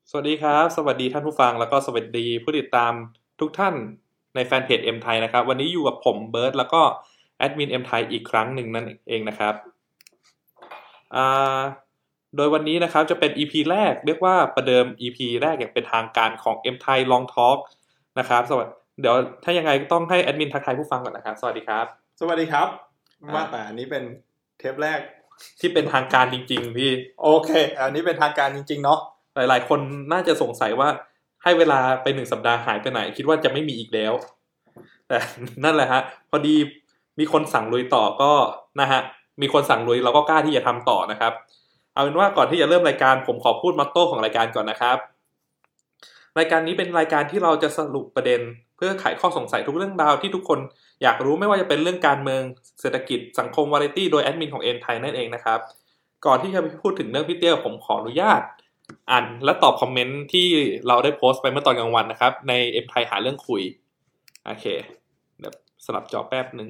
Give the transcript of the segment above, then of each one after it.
สวัสดีครับสวัสดีท่านผู้ฟังแล้วก็สวัสดีผู้ติดตามทุกท่านในแฟนเพจ M ไทยนะครับวันนี้อยู่กับผมเบิร์ตแล้วก็แอดมิน M ไทยอีกครั้งหนึ่งนั่นเองนะครับอ่าโดยวันนี้นะครับจะเป็น EP แรกเรียกว่าประเดิม EP แรกอย่างเป็นทางการของ M ไทย Long Talk นะครับเดี๋ยวถ้ายังไงก็ต้องให้แอดมินทักทายผู้ฟังก่อนนะครับสวัสดีครับสวัสดีครับว่าแต่อันนี้เป็นเทปแรกที่เป็นทางการจริงๆพี่โอเคอันนี้เป็นทางการจริงๆเนาะหลายๆคนน่าจะสงสัยว่าให้เวลาไป1 สัปดาห์หายไปไหนคิดว่าจะไม่มีอีกแล้วแต่นั่นแหละฮะพอดีมีคนสั่งลุยต่อก็นะฮะมีคนสั่งลุยเราก็กล้าที่จะทำต่อนะครับเอาเป็นว่าก่อนที่จะเริ่มรายการผมขอพูดมอตโต้ของรายการก่อนนะครับรายการนี้เป็นรายการที่เราจะสรุปประเด็นเพื่อไขข้อสงสัยทุกเรื่องราวที่ทุกคนอยากรู้ไม่ว่าจะเป็นเรื่องการเมืองเศรษฐกิจสังคมวาไรตี้โดยแอดมินของเอ็นไทยนั่นเองนะครับก่อนที่จะไปพูดถึงเรื่องพี่เตี้ยผมขออนุญาตอ่านและตอบคอมเมนต์ที่เราได้โพสต์ไปเมื่อตอนกลางวันนะครับในเอ็มไทยหาเรื่องคุยโอเคเดี๋ยวสลับจอแป๊บนึง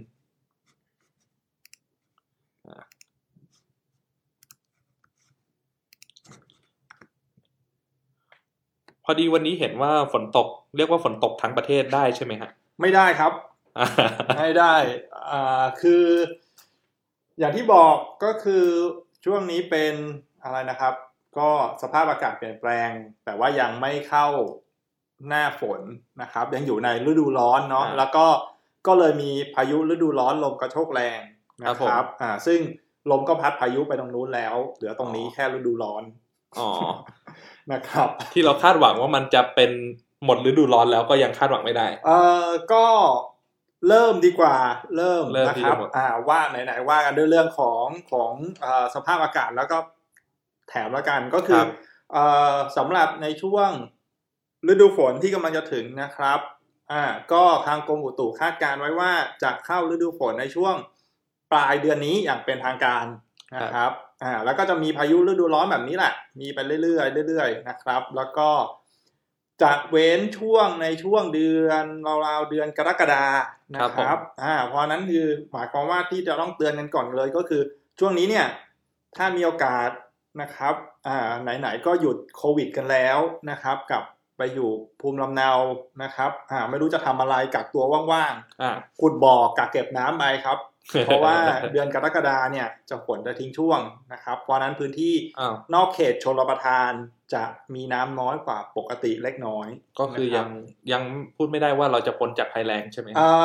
พอดีวันนี้เห็นว่าฝนตกเรียกว่าฝนตกทั้งประเทศได้ใช่ไหมฮะไม่ได้ครับ ไม่ได้คืออย่างที่บอกก็คือช่วงนี้เป็นอะไรนะครับก็สภาพอากาศเปลี่ยนแปลงแต่ว่ายังไม่เข้าหน้าฝนนะครับยังอยู่ในฤดูร้อนเนาะแล้วก็เลยมีพายุฤดูร้อนลมกระโชกแรงนะครับซึ่งลมก็พัดพายุไปตรงนู้นแล้วเหลือตรงนี้แค่ฤดูร้อนนะครับที่เราคาดหวังว่ามันจะเป็นหมดฤดูร้อนแล้วก็ยังคาดหวังไม่ได้ก็เริ่มดีกว่าเริ่มนะครับว่าไหนๆว่ากันด้วยเรื่องของสภาพอากาศแล้วก็แถมแล้วกันก็คือสำหรับในช่วงฤดูฝนที่กำลังจะถึงนะครับก็ทางกรมอุตุคาดการไว้ว่าจะเข้าฤดูฝนในช่วงปลายเดือนนี้อย่างเป็นทางการนะครับแล้วก็จะมีพายุฤดูร้อนแบบนี้แหละมีไปเรื่อยๆนะครับแล้วก็จะเว้นช่วงในช่วงเดือนราวๆเดือนกรกฎานะครับเพราะนั้นคือหมายความว่าที่จะต้องเตือนกันก่อนเลยก็คือช่วงนี้เนี่ยถ้ามีโอกาสนะครับไหนๆก็หยุดโควิดกันแล้วนะครับกับไปอยู่ภูมิลำเนานะครับไม่รู้จะทำอะไรกักตัวว่างๆขุดบ่อกักเก็บน้ำไปครับเพราะว่าเดือนกรกฎาเนี่ยจะฝนจะทิ้งช่วงนะครับเพราะนั้นพื้นที่นอกเขตชลประทานจะมีน้ำน้อยกว่าปกติเล็กน้อยก็คือยังพูดไม่ได้ว่าเราจะพ้นจากภัยแล้งใช่ไหม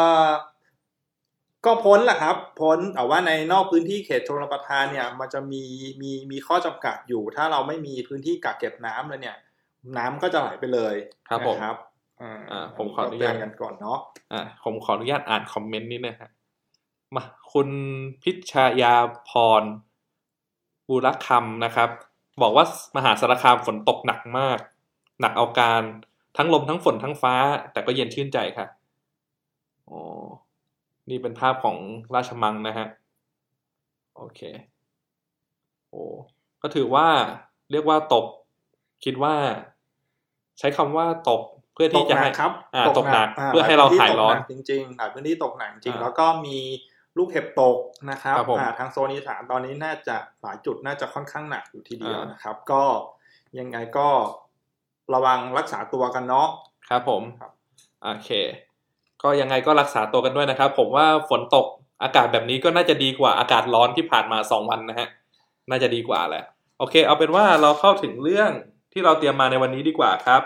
ก็พ้นแหละครับพ้นแต่ว่าในนอกพื้นที่เขตชลประทานเนี่ยมันจะมีข้อจำกัดอยู่ถ้าเราไม่มีพื้นที่กักเก็บน้ำเลยเนี่ยน้ำก็จะไหลไปเลยนะครับผมขออนุญาตกันก่อนเนาะผมขออนุญาตอ่านคอมเมนต์นี้นะฮะมาคุณพิชยาพรบุรคำนะครับบอกว่ามหาสารคามฝนตกหนักมากหนักเอาการทั้งลมทั้งฝนทั้งฟ้าแต่ก็เย็นชื่นใจค่ะอ๋อนี่เป็นภาพของราชมังนะฮะโอเคโอ้ก็ถือว่าเรียกว่าตกคิดว่าใช้คำว่าตกเพื่อที่จะให้ตกหนักเพื่อให้เราหายร้อนจริงๆพื้นที่ตกหนักจริงแล้วก็มีลูกเห็บตกนะครับทางโซนอีสานตอนนี้น่าจะหลายจุดน่าจะค่อนข้างหนักอยู่ทีเดียวนะครับก็ยังไงก็ระวังรักษาตัวกันเนาะครับผมโอเคก็ยังไงก็รักษาตัวกันด้วยนะครับผมว่าฝนตกอากาศแบบนี้ก็น่าจะดีกว่าอากาศร้อนที่ผ่านมา2 วันนะฮะน่าจะดีกว่าแหละโอเคเอาเป็นว่าเราเข้าถึงเรื่องที่เราเตรียมมาในวันนี้ดีกว่าครับ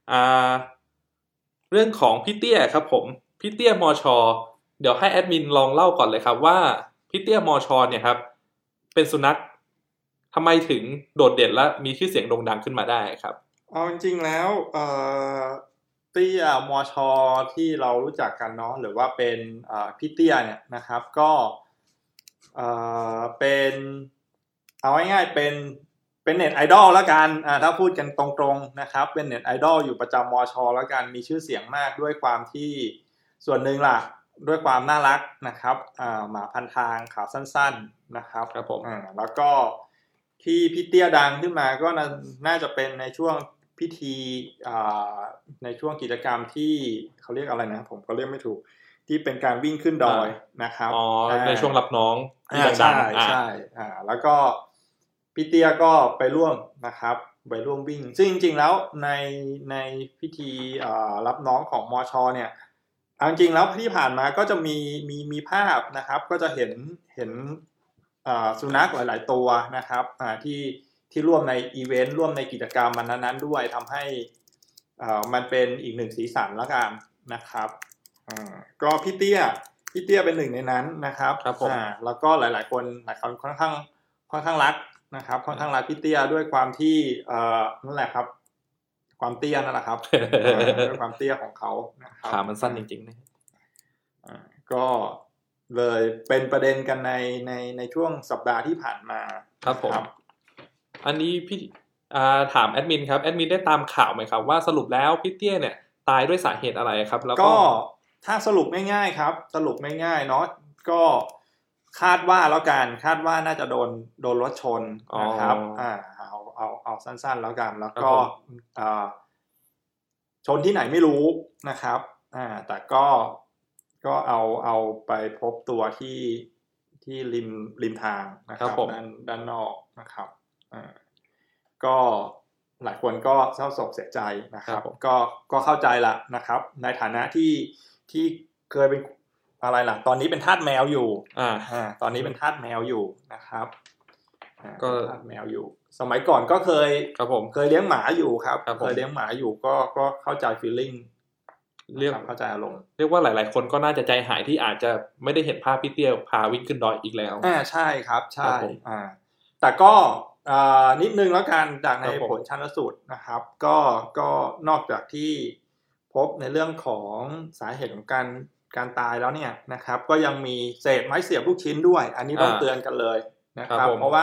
เรื่องของพี่เตี้ยครับผมพี่เตี้ยมช.เดี๋ยวให้แอดมินลองเล่าก่อนเลยครับว่าพี่เตี้ยมช.เนี่ยครับเป็นสุนัขทำไมถึงโดดเด่นและมีชื่อเสียงโด่งดังขึ้นมาได้ครับเอาจริงๆแล้วเตี้ยมช.ที่เรารู้จักกันเนาะหรือว่าเป็นพี่เตี้ยเนี่ยนะครับก็เป็นเอาง่ายๆเป็นเน็ตไอดอลแล้วกันถ้าพูดกันตรงๆนะครับเป็นเน็ตไอดอลอยู่ประจำมช.แล้วกันมีชื่อเสียงมากด้วยความที่ส่วนหนึ่งล่ะด้วยความน่ารักนะครับหมาพันทางขาวสั้นๆนะครับครับผมแล้วก็ที่พี่เตี้ยดังขึ้นมาก็น่าจะเป็นในช่วงพิธีในช่วงกิจกรรมที่เขาเรียกอะไรนะผมก็เรียกไม่ถูกที่เป็นการวิ่งขึ้นดอยนะครับในช่วงรับน้องที่ดังๆใช่แล้วก็พี่เตี้ยก็ไปร่วมนะครับไปร่วมวิ่งซึ่งจริงๆแล้วในพิธีรับน้องของมช.เนี่ยจริงๆแล้วที่ผ่านมาก็จะมีภาพนะครับก็จะเห็นสุนัขหลายๆตัวนะครับที่ร่วมในอีเวนต์ร่วมในกิจกรรมนั้นๆด้วยทำให้มันเป็นอีกหนึ่งสีสันแล้วกันนะครับก็พี่เตี้ยเป็นหนึ่งในนั้นนะครับแล้วก็หลายคนค่อนข้างรักนะครับค่อนข้างรักพี่เตี้ยด้วยความที่นั่นแหละครับความเตี้ยนั่นแหละครับด้วยความเตี้ยของเขานะครับขามันสั้นจริงๆนะก็เลยเป็นประเด็นกันในช่วงสัปดาห์ที่ผ่านมาครับผมอันนี้พี่ถามแอดมินครับแอดมินได้ตามข่าวไหมครับว่าสรุปแล้วพี่เตี้ยเนี่ยตายด้วยสาเหตุอะไรครับแล้วก็ถ้าสรุปง่ายๆครับสรุปง่ายๆเนาะก็คาดว่าแล้วกันคาดว่าน่าจะโดนรถชนนะครับเอาสั้นๆแล้วกันแล้วก็ชนที่ไหนไม่รู้นะครับแต่ก็เอาไปพบตัวที่ริมทางนะครับด้านนอกนะครับก็หลายคนก็เศร้าโศกเสียใจนะครับก็เข้าใจละนะครับในฐานะที่เคยเป็นอะไรล่ะตอนนี้เป็นทาสแมวอยู่ตอนนี้เป็นทาสแมวอยู่นะครับก็ทาสแมวอยู่สมัยก่อนก็เคยเลี้ยงหมาอยู่ครับเคยเลี้ยงหมาอยู่ก็เข้าใจ feeling เรียกเข้าใจอารมณ์เรียกว่าหลายๆคนก็น่าจะใจหายที่อาจจะไม่ได้เห็นภาพพี่เตี้ยพาวิ่งขึ้นดอยอีกแล้วใช่ครับใช่แต่ก็นิดนึงแล้วกันจากในผลชันสูตรนะครับก็นอกจากที่พบในเรื่องของสาเหตุของการตายแล้วเนี่ยนะครับก็ยังมีเศษไม้เสียบลูกชิ้นด้วยอันนี้ต้องเตือนกันเลยนะครับเพราะว่า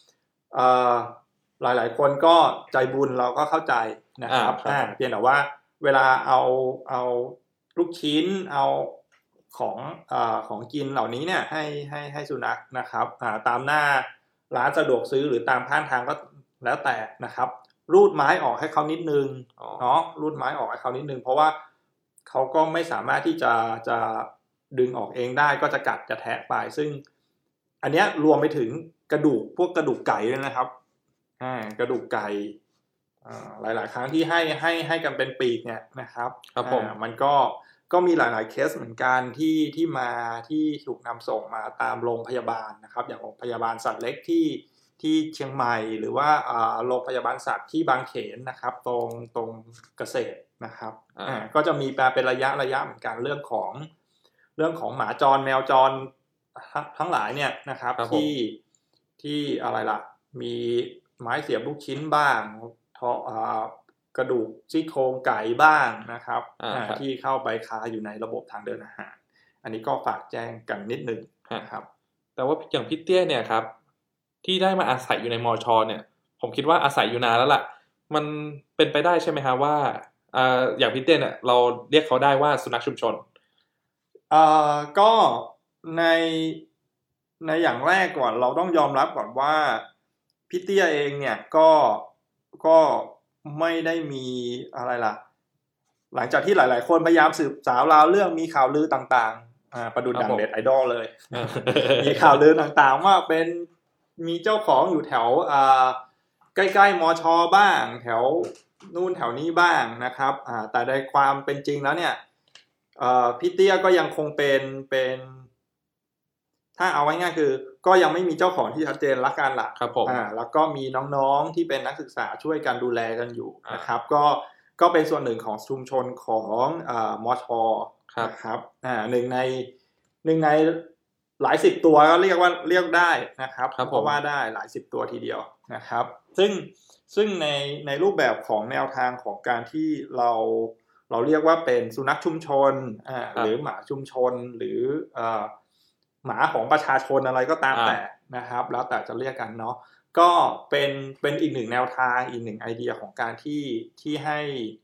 หลายๆคนก็ใจบุญเราก็เข้าใจนะครับเพียงแต่ว่าเวลาเอาลูกชิ้นเอาของกินเหล่านี้เนี่ยให้สุนัขนะครับตามหน้าร้านสะดวกซื้อหรือตามข้างทางก็แล้วแต่นะครับรูดไม้ออกให้เขานิดนึงเนาะรูดไม้ออกให้เขานิดนึงเพราะว่าเขาก็ไม่สามารถที่จะดึงออกเองได้ก็จะกัดจะแทะไปซึ่งอันนี้รวมไปถึงพวกกระดูกไก่ด้วยนะครับกระดูกไก่หลายๆครั้งที่ให้กันเป็นปีกเนี่ยนะครับมันก็มีหลายๆเคสเหมือนกันที่ถูกนำส่งมาตามโรงพยาบาลนะครับอย่างโรงพยาบาลสัตว์เล็กที่เชียงใหม่หรือว่าโรงพยาบาลสัตว์ที่บางเขนนะครับตรงเกษตรนะครับก็จะมีเป็นระยะเหมือนกันเรื่องของหมาจรแมวจรทั้งหลายเนี่ยนะครับที่อะไรล่ะมีไม้เสียบลูกชิ้นบ้างกระดูกซี่โครงไก่บ้างนะครับที่เข้าไปคาอยู่ในระบบทางเดินอาหารอันนี้ก็ฝากแจ้งกันนิดนึงนะครับแต่ว่าอย่างพี่เตี้ยเนี่ยครับที่ได้มาอาศัยอยู่ในมช.เนี่ยผมคิดว่าอาศัยอยู่นานแล้วล่ะมันเป็นไปได้ใช่ไหมครับว่าอย่างพี่เตี้ยเนี่ยเราเรียกเขาได้ว่าสุนัขชุมชนก็ในอย่างแรกก่อนเราต้องยอมรับก่อนว่าพี่เตี้ยเองเนี่ยก็ไม่ได้มีอะไรล่ะหลังจากที่หลายๆคนพยายามสืบสาวราวเรื่องมีข่าวลือต่างๆประดุจดังเน็ตไอดอลเลยมีข่าวลือต่างๆว่าเป็นมีเจ้าของอยู่แถวใกล้ๆมช.บ้างแถวนู่นแถวนี้บ้างนะครับแต่ในความเป็นจริงแล้วเนี่ยพี่เตี้ยก็ยังคงเป็นถ้าเอาไว้ง่ายคือก็ยังไม่มีเจ้าของที่ชัดเจนละกันล่ะครับผมแล้วก็มีน้องๆที่เป็นนักศึกษาช่วยกันดูแลกันอยู่นะครับก็เป็นส่วนหนึ่งของชุมชนของมช.ครับหนึ่งในหลายสิบตัวก็เรียกได้นะครับเพราะว่าได้หลายสิบตัวทีเดียวนะครับซึ่งในรูปแบบของแนวทางของการที่เราเรียกว่าเป็นสุนัขชุมชนหรือหมาชุมชนหรือหมาของประชาชนอะไรก็ตามแต่นะครับแล้วแต่จะเรียกกันเนาะก็เป็นอีกหนึ่งแนวทางอีกหนึ่งไอเดียของการที่ให้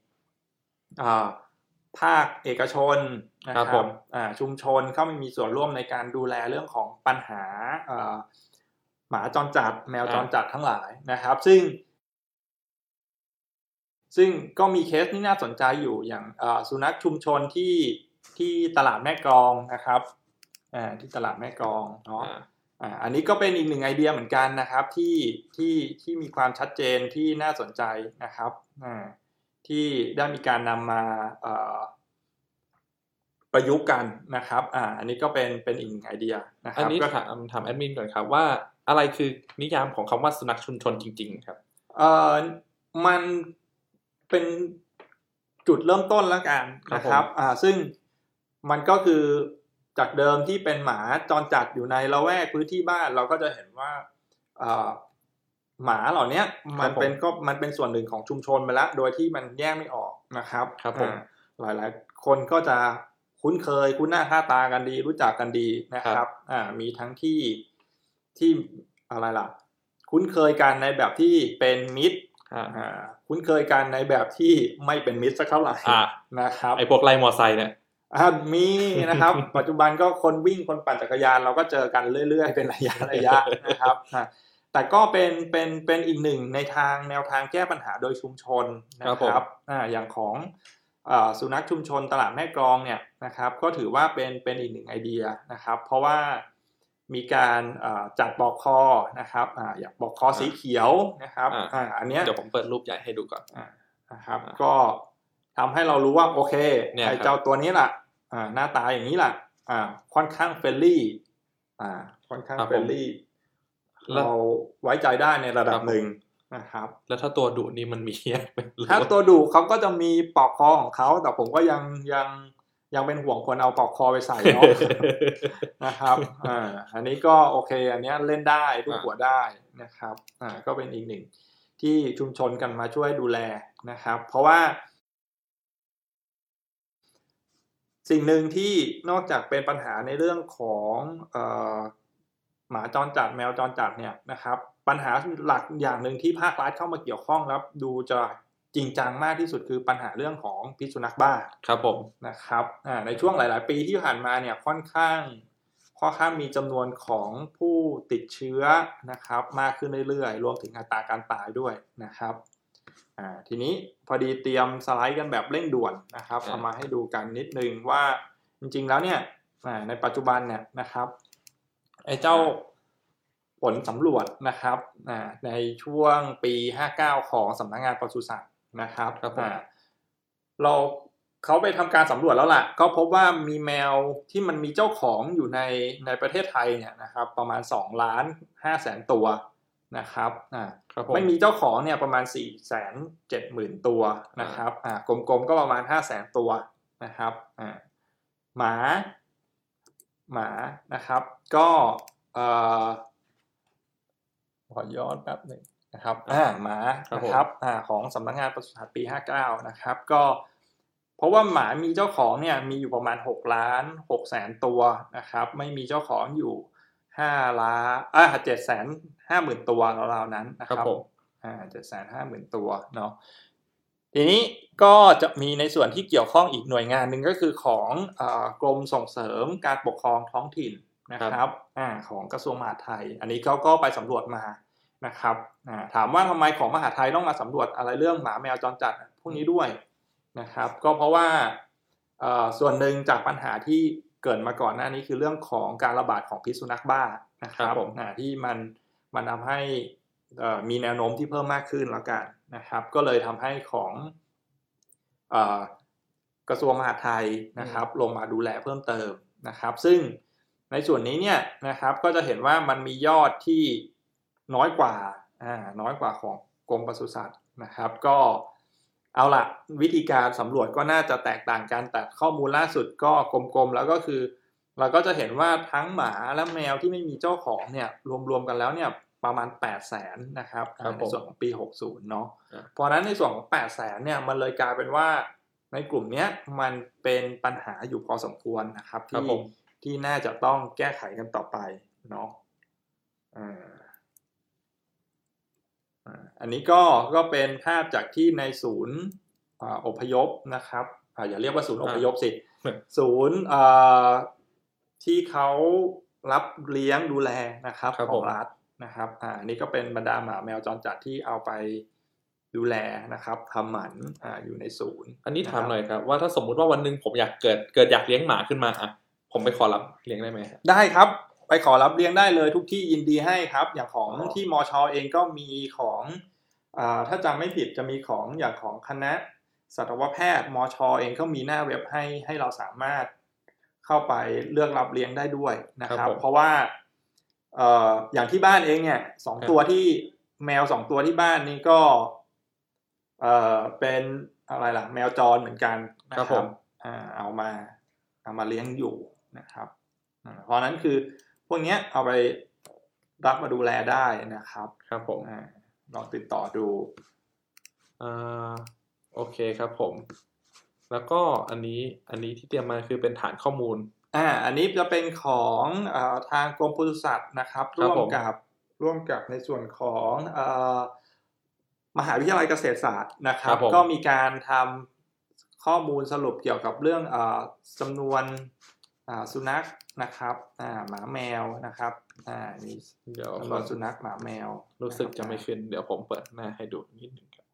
ภาคเอกชนนะครับชุมชนเข้ามามีส่วนร่วมในการดูแลเรื่องของปัญหาหมาจรจัดแมวจรจัดทั้งหลายนะครับซึ่งก็มีเคสที่น่าสนใจอยู่อย่างสุนัขชุมชนที่ตลาดแม่กลองนะครับที่ตลาดแม่กลองเนาะอันนี้ก็เป็นอีกหนึ่งไอเดียเหมือนกันนะครับที่มีความชัดเจนที่น่าสนใจนะครับที่ได้มีการนำมาประยุกต์กันนะครับอันนี้ก็เป็นอีกหนึ่งไอเดียนะครับอันนี้ก็ถามแอดมินก่อนครับว่าอะไรคือนิยามของคำว่าสุนัขชุมชนจริงๆครับมันเป็นจุดเริ่มต้นแล้วกันนะครับซึ่งมันก็คือจากเดิมที่เป็นหมาจรจัดอยู่ในละแวกพื้นที่บ้านเราก็จะเห็นว่าหมาเหล่านี้มันเป็นส่วนหนึ่งของชุมชนไปแล้วโดยที่มันแยกไม่ออกนะครับหลายๆคนก็จะคุ้นเคยคุ้นหน้าค่าตากันดีรู้จักกันดีนะครับมีทั้งที่อะไรล่ะคุ้นเคยกันในแบบที่เป็นมิตรคุ้นเคยกันในแบบที่ไม่เป็นมิตรสักเท่าไหร่นะครับไอ้พวกไล่มอไซค์เนี่ยมีนะครับ ปัจจุบันก็คนวิ่งคนปั่นจักรยานเราก็เจอกันเรื่อยๆเป็นระยะนะครับแต่ก็เป็นอีกหนึ่งในแนวทางแก้ปัญหาโดยชุมชนนะครับอย่างของสุนัขชุมชนตลาดแม่กลองเนี่ยนะครับก็ถือว่าเป็นอีกหนึ่งไอเดียนะครับเพราะว่ามีการจัดปลอกคอนะครับอย่างปลอกคอสีเขียวนะครับอันนี้เดี๋ยวผมเปิดรูปใหญ่ให้ดูก่อนนะครับก็ทำให้เรารู้ว่าโอเคไอ้เจ้าตัวนี้ล่ะหน้าตาอย่างนี้ล่ะค่อนข้างเฟรนลี่ค่อนข้างเฟรนลี่เราไว้ใจได้ในระดับหนึ่งนะครับแล้วถ้าตัวดุนี่มันมีถ้าตัวดุเขาก็จะมีปลอกคอของเขาแต่ผมก็ยังเป็นห่วงคนเอาปลอกคอไปใส่เนาะนะครับอันนี้ก็โอเคอันนี้เล่นได้ลูกหัวได้นะครับก็เป็นอีกหนึ่งที่ชุมชนกันมาช่วยดูแลนะครับเพราะว่าสิ่งหนึ่งที่นอกจากเป็นปัญหาในเรื่องของหมาจรจัดแมวจรจัดเนี่ยนะครับปัญหาหลักอย่างหนึ่งที่ภาครัฐเข้ามาเกี่ยวข้องแล้วดูจะจริงจังมากที่สุดคือปัญหาเรื่องของพิษสุนัขบ้าครับผมนะครับในช่วงหลายๆปีที่ผ่านมาเนี่ยค่อนข้างมีจำนวนของผู้ติดเชื้อนะครับมากขึ้นเรื่อยๆรวมถึงอัตราการตายด้วยนะครับทีนี้พอดีเตรียมสไลด์กันแบบเร่งด่วนนะครับเอามาให้ดูกันนิดนึงว่าจริงๆแล้วเนี่ยในปัจจุบันเนี่ยนะครับไอ้เจ้าผลสำรวจนะครับในช่วงปี59ของสำนักงานปศุสัตว์นะครับเขาไปทำการสำรวจแล้วล่ะก็พบว่ามีแมวที่มันมีเจ้าของอยู่ในประเทศไทยเนี่ยนะครับประมาณ2,500,000 ตัวนะครับไม่มีเจ้าของเนี่ยประมาณ470,000 ตัวนะครับกลมๆก็ประมาณ500,000 ตัวนะครับหมานะครับก็ขอย้อนแป๊บหนึ่งนะครับหมานะครับของสำนักงานปศุสัตว์ปี59นะครับก็เพราะว่าหมามีเจ้าของเนี่ยมีอยู่ประมาณ6,600,000 ตัวนะครับไม่มีเจ้าของอยู่750,000 ตัวราวๆนั้นนะครับ750,000 ตัวเนาะทีนี้ก็จะมีในส่วนที่เกี่ยวข้องอีกหน่วยงานหนึ่งก็คือของกรมส่งเสริมการปกครองท้องถิ่นนะครับของกระทรวงมหาดไทยอันนี้เขาก็ไปสำรวจมานะครับถามว่าทำไมของมหาดไทยต้องมาสำรวจอะไรเรื่องหมาแมวจรจัดพวกนี้ด้วยนะครับก็เพราะว่าส่วนหนึ่งจากปัญหาที่เกิดมาก่อนหน้านี้คือเรื่องของการระบาดของพิษสุนัขบ้านะครับที่มันทำให้มีแนวโน้มที่เพิ่มมากขึ้นแล้วกันนะครับก็เลยทำให้ของกระทรวงมหาดไทยนะครับลงมาดูแลเพิ่มเติมนะครับซึ่งในส่วนนี้เนี่ยนะครับก็จะเห็นว่ามันมียอดที่น้อยกว่าของกรมปศุสัตว์นะครับก็เอาล่ะวิธีการสำรวจก็น่าจะแตกต่างกันแต่ข้อมูลล่าสุดก็กลมๆแล้วก็คือเราก็จะเห็นว่าทั้งหมาและแมวที่ไม่มีเจ้าของเนี่ยรวมๆกันแล้วเนี่ยประมาณ 800,000 นะครับในส่วนของปี60เนาะเพราะนั้นในส่วนของ 800,000 เนี่ยมันเลยกลายเป็นว่าในกลุ่มนี้มันเป็นปัญหาอยู่พอสมควรนะครับที่น่าจะต้องแก้ไขกันต่อไปเนาะอันนี้ก็เป็นภาพจากที่ในศูนย์อพยพนะครับอย่าเรียกว่าศูนย์อพยพสิศูนย์ที่เขารับเลี้ยงดูแลนะครับของรัฐนะครับอันนี้ก็เป็นบรรดาหมาแมวจรจัดที่เอาไปดูแลนะครับทำหมันอยู่ในศูนย์อันนี้ถามหน่อยครับว่าถ้าสมมุติว่าวันนึงผมอยากเกิดอยากเลี้ยงหมาขึ้นมาผมไปขอรับเลี้ยงได้ไหมได้ครับไปขอรับเลี้ยงได้เลยทุกที่ยินดีให้ครับอย่างของที่มช.เองก็มีของถ้าจำไม่ผิดจะมีของอย่างของคณะสัตวแพทย์มช.เองก็มีหน้าเว็บให้เราสามารถเข้าไปเลือกรับเลี้ยงได้ด้วยนะครับเพราะว่าอย่างที่บ้านเองเนี่ย2ตัวที่แมว2ตัวที่บ้านนี่ก็เป็นอะไรล่ะแมวจรเหมือนกันนะครับเอามาเลี้ยงอยู่นะครับเพราะนั้นคือพวกนี้เอาไปรับมาดูแลได้นะครับครับผมลองติดต่อดูโอเคครับผมแล้วก็อันนี้ที่เตรียมมาคือเป็นฐานข้อมูลอันนี้จะเป็นของทางกรมปศุสัตว์นะครับร่วมกับในส่วนของมหาวิทยาลัยเกษตรศาสตร์นะครับก็มีการทำข้อมูลสรุปเกี่ยวกับเรื่องจำนวนสุนัขนะครับหมาแมวนะครับมีจำนวนสุนัขหมาแมวรู้สึกจะไม่ขึ้นเดี๋ยวผมเปิดหน้าให้ดูนิดนึงครับ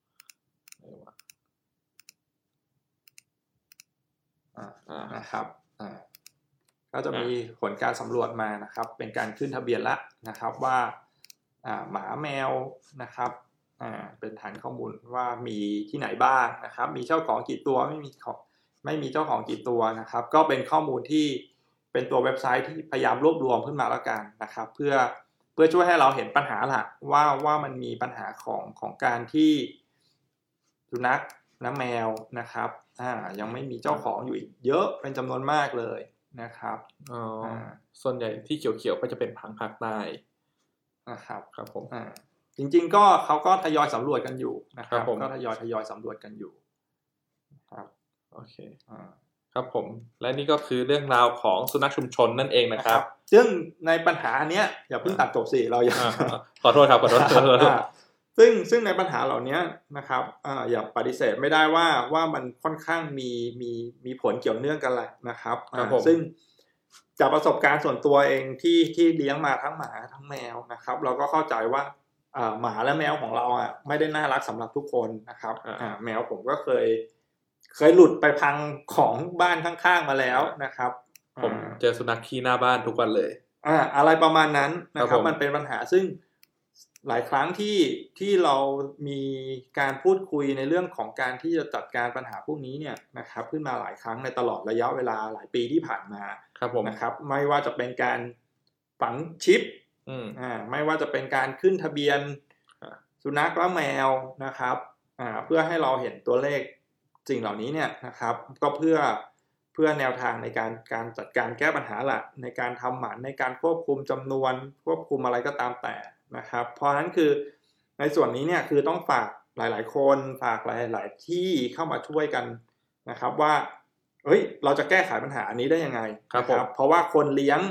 นะครับก็จะมีผลการสำรวจมานะครับเป็นการขึ้นทะเบียนละนะครับว่าหมาแมวนะครับเป็นฐานข้อมูลว่ามีที่ไหนบ้างนะครับมีเจ้าของกี่ตัวไม่มีเจ้าของกี่ตัวนะครับก็เป็นข้อมูลที่เป็นตัวเว็บไซต์ที่พยายามรวบรวมขึ้นมาแล้วกันนะครับเพื่อช่วยให้เราเห็นปัญหาหลักว่ามันมีปัญหาของการที่สุนัขและแมวนะครับยังไม่มีเจ้าของอยู่อีกเยอะเป็นจำนวนมากเลยนะครับส่วนใหญ่ที่เขียวๆก็จะเป็นทางภาคใต้นะครับครับผมจริงๆก็เขาก็ทยอยสำรวจกันอยู่นะครับก็ทยอยสำรวจกันอยู่ครับโอเคครับผมและนี่ก็คือเรื่องราวของสุนัขชุมชนนั่นเองนะครับซึ่งในปัญหาเนี้ยอย่าเพิ่งตัดจบสิเราอย่าขอโทษครับซึ่งในปัญหาเหล่านี้นะครับอย่าปฏิเสธไม่ได้ว่ามันค่อนข้างมีผลเกี่ยวเนื่องกันแหละนะครับซึ่งจากประสบการณ์ส่วนตัวเองที่เลี้ยงมาทั้งหมาทั้งแมวนะครับเราก็เข้าใจว่าหมาและแมวของเราไม่ได้น่ารักสำหรับทุกคนนะครับแมวผมก็เคยหลุดไปพังของบ้านข้างๆมาแล้วนะครับผมเจอสุนัขขี้หน้าบ้านทุกวันเลยอะไรประมาณนั้นนะครับมันเป็นปัญหาซึ่งหลายครั้งที่เรามีการพูดคุยในเรื่องของการที่จะจัดการปัญหาพวกนี้เนี่ยนะครับขึ้นมาหลายครั้งในตลอดระยะเวลาหลายปีที่ผ่านมานะครับไม่ว่าจะเป็นการฝังชิปไม่ว่าจะเป็นการขึ้นทะเบียนสุนัขและแมวนะครับเพื่อให้เราเห็นตัวเลขสิ่งเหล่านี้เนี่ยนะครับก็เพื่อแนวทางในการจัดการแก้ปัญหาหลักในการทำหมันในการควบคุมจำนวนควบคุมอะไรก็ตามแต่นะครับเพราะนั้นคือในส่วนนี้เนี่ยคือต้องฝากหลายๆคนฝากหลายๆที่เข้ามาช่วยกันนะครับว่าเราจะแก้ไขปัญหานี้ได้ยังไงครับเพราะว่าคนเลี้ยง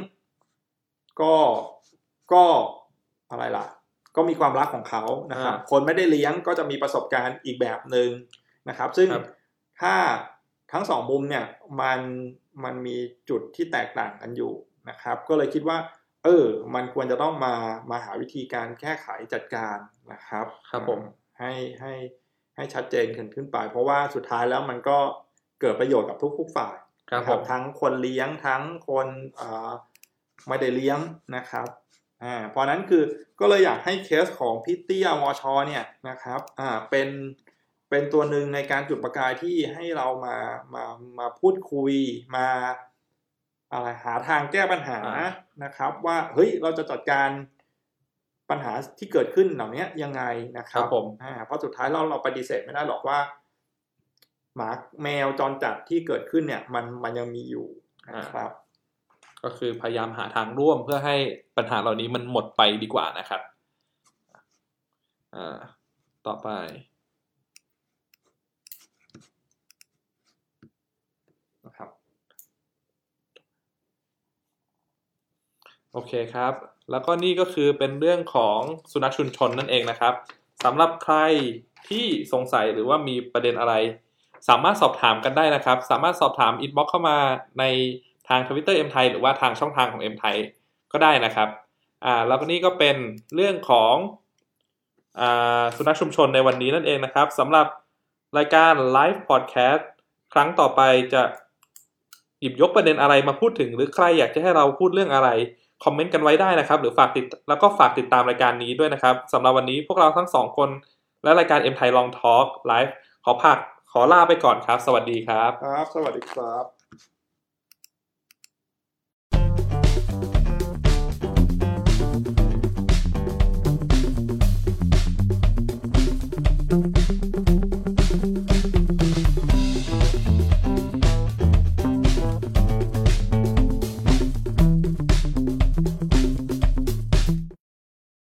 ก็อะไรล่ะก็มีความรักของเขานะครับคนไม่ได้เลี้ยงก็จะมีประสบการณ์อีกแบบนึงนะครับซึ่งถ้าทั้งสองมุมเนี่ยมันมีจุดที่แตกต่างกันอยู่นะครับก็เลยคิดว่ามันควรจะต้องมาหาวิธีการแก้ไขจัดการนะครับครับผมให้ชัดเจนขึ้นไปเพราะว่าสุดท้ายแล้วมันก็เกิดประโยชน์กับทุกฝ่ายครับทั้งคนเลี้ยงทั้งคนไม่ได้เลี้ยงนะครับเพราะนั้นคือก็เลยอยากให้เคสของพี่เตี้ยมช.เนี่ยนะครับเป็นตัวหนึ่งในการจุดประกายที่ให้เรามาพูดคุยมาหาทางแก้ปัญหานะครับว่าเราจะจัดการปัญหาที่เกิดขึ้นเหล่านี้ยังไงนะครับเพราะสุดท้ายเราปฏิเสธไม่ได้หรอกว่าหมาแมวจรจัดที่เกิดขึ้นเนี่ยมันยังมีอยู่นะครับก็คือพยายามหาทางร่วมเพื่อให้ปัญหาเหล่านี้มันหมดไปดีกว่านะครับต่อไปนะครับโอเคครับแล้วก็นี่ก็คือเป็นเรื่องของสุนัขชุมชนนั่นเองนะครับสำหรับใครที่สงสัยหรือว่ามีประเด็นอะไรสามารถสอบถามกันได้นะครับสามารถสอบถามอินบ็อกซ์เข้ามาในทาง Twitter M Thai หรือว่าทางช่องทางของ M Thai ก็ได้นะครับแล้วก็นี่ก็เป็นเรื่องของสุนัขชุมชนในวันนี้นั่นเองนะครับสำหรับรายการ Live Podcast ครั้งต่อไปจะหยิบยกประเด็นอะไรมาพูดถึงหรือใครอยากจะให้เราพูดเรื่องอะไรคอมเมนต์กันไว้ได้นะครับหรือฝากติดตามรายการนี้ด้วยนะครับสำหรับวันนี้พวกเราทั้ง2คนและรายการ M Thai Long Talk Live ขอลาไปก่อนครับสวัสดีครับครับสวัสดีครับ